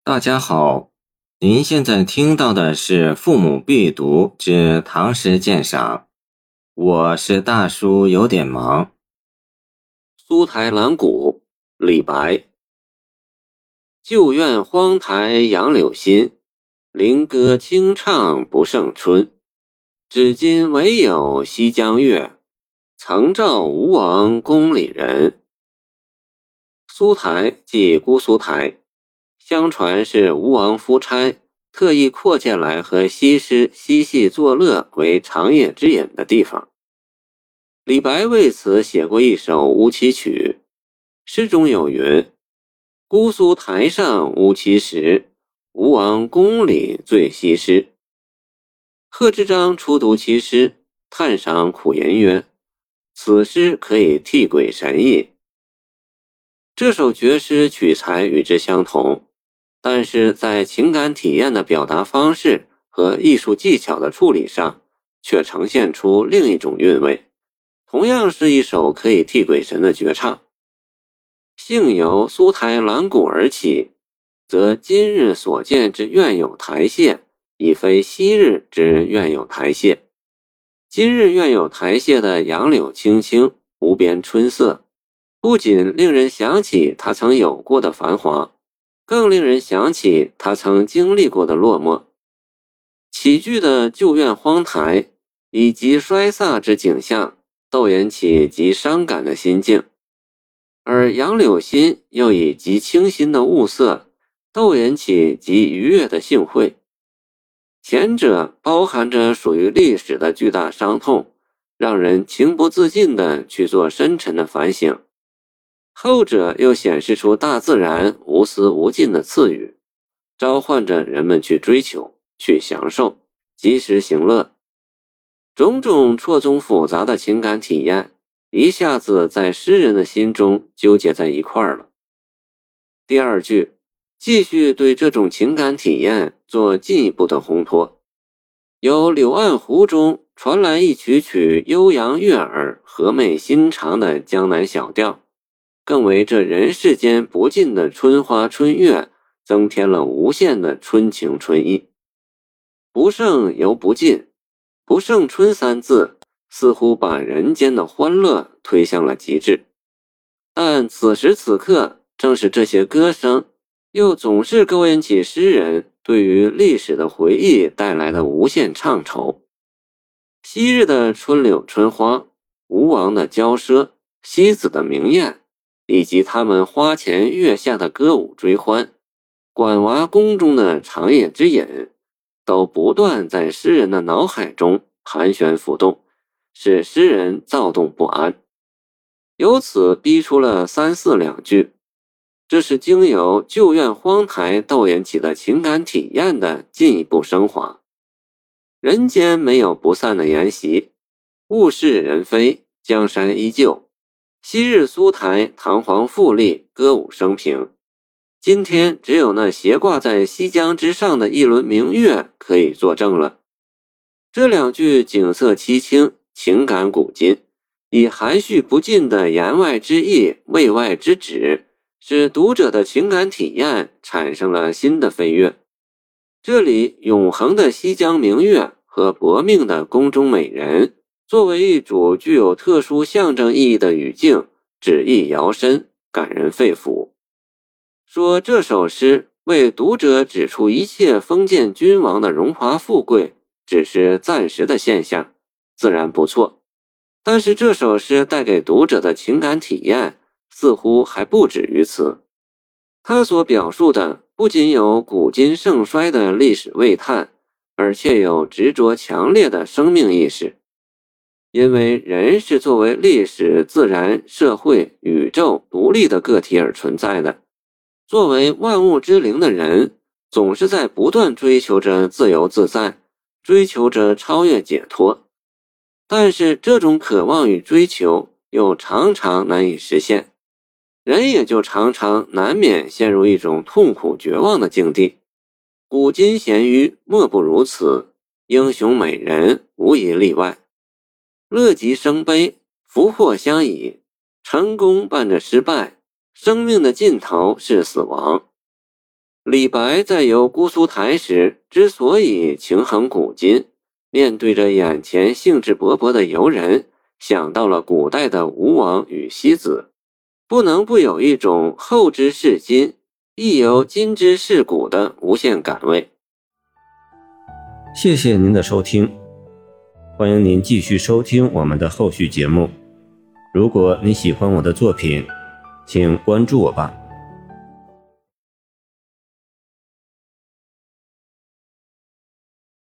大家好，您现在听到的是《父母必读之唐诗鉴赏》，我是大叔，有点忙。 苏台兰谷，李白。旧院荒台杨柳新，菱歌清唱不胜春。只今唯有西江月，曾照吴王宫里人。苏台即姑苏台，相传是吴王夫差特意扩建来和西施嬉戏作乐为长夜之饮的地方。李白为此写过一首乌啼曲，诗中有云：姑苏台上乌啼时，吴王宫里醉西施。贺知章初读其诗，叹赏苦吟曰：此诗可以替鬼神意。这首绝诗取材与之相同，但是在情感体验的表达方式和艺术技巧的处理上，却呈现出另一种韵味，同样是一首可以替鬼神的绝唱。幸由苏台兰谷而起，则今日所见之愿有台榭，已非昔日之愿有台榭。今日愿有台榭的杨柳青青，无边春色，不仅令人想起它曾有过的繁华，更令人想起它曾经历过的落寞。起句的旧院荒台以及衰飒之景象，都引起极伤感的心境，而杨柳新又以极清新的雾色，都引起极愉悦的兴会。前者包含着属于历史的巨大伤痛，让人情不自禁地去做深沉的反省；后者又显示出大自然无私无尽的赐予，召唤着人们去追求、去享受、及时行乐。种种错综复杂的情感体验，一下子在诗人的心中纠结在一块儿了。第二句继续对这种情感体验做进一步的烘托，由柳暗湖中传来一曲曲悠扬悦耳、和媚心肠的江南小调，更为这人世间不尽的春花春月增添了无限的春情春意。不胜犹不尽，不胜春三字似乎把人间的欢乐推向了极致，但此时此刻正是这些歌声又总是勾引起诗人对于历史的回忆带来的无限怅愁。昔日的春柳春花，吴王的骄奢，西子的明艳，以及他们花前月下的歌舞追欢，管娃宫中的长夜之饮，都不断在诗人的脑海中盘旋浮动，使诗人躁动不安，由此逼出了三四两句。这是经由旧院荒台逗引起的情感体验的进一步升华。人间没有不散的筵席，物是人非，江山依旧。昔日苏台堂皇富丽，歌舞升平，今天只有那斜挂在西江之上的一轮明月可以作证了。这两句景色凄清，情感古今，以含蓄不尽的言外之意、味外之旨，使读者的情感体验产生了新的飞跃。这里永恒的西江明月和薄命的宫中美人，作为一组具有特殊象征意义的语境，旨意遥深，感人肺腑。说这首诗为读者指出一切封建君王的荣华富贵只是暂时的现象，自然不错。但是这首诗带给读者的情感体验似乎还不止于此。它所表述的不仅有古今盛衰的历史味叹，而且有执着强烈的生命意识。因为人是作为历史、自然、社会、宇宙独立的个体而存在的，作为万物之灵的人，总是在不断追求着自由自在，追求着超越解脱。但是这种渴望与追求又常常难以实现，人也就常常难免陷入一种痛苦绝望的境地。古今咸鱼莫不如此，英雄美人无一例外。乐极生悲，福祸相倚，成功伴着失败，生命的尽头是死亡。 李白在游姑苏台时之所以情恒古今，面对着眼前兴致勃勃的游人，想到了古代的吴王与西子，不能不有一种后之视今，亦有今之视古的无限感味。 谢谢您的收听，欢迎您继续收听我们的后续节目。如果你喜欢我的作品，请关注我吧。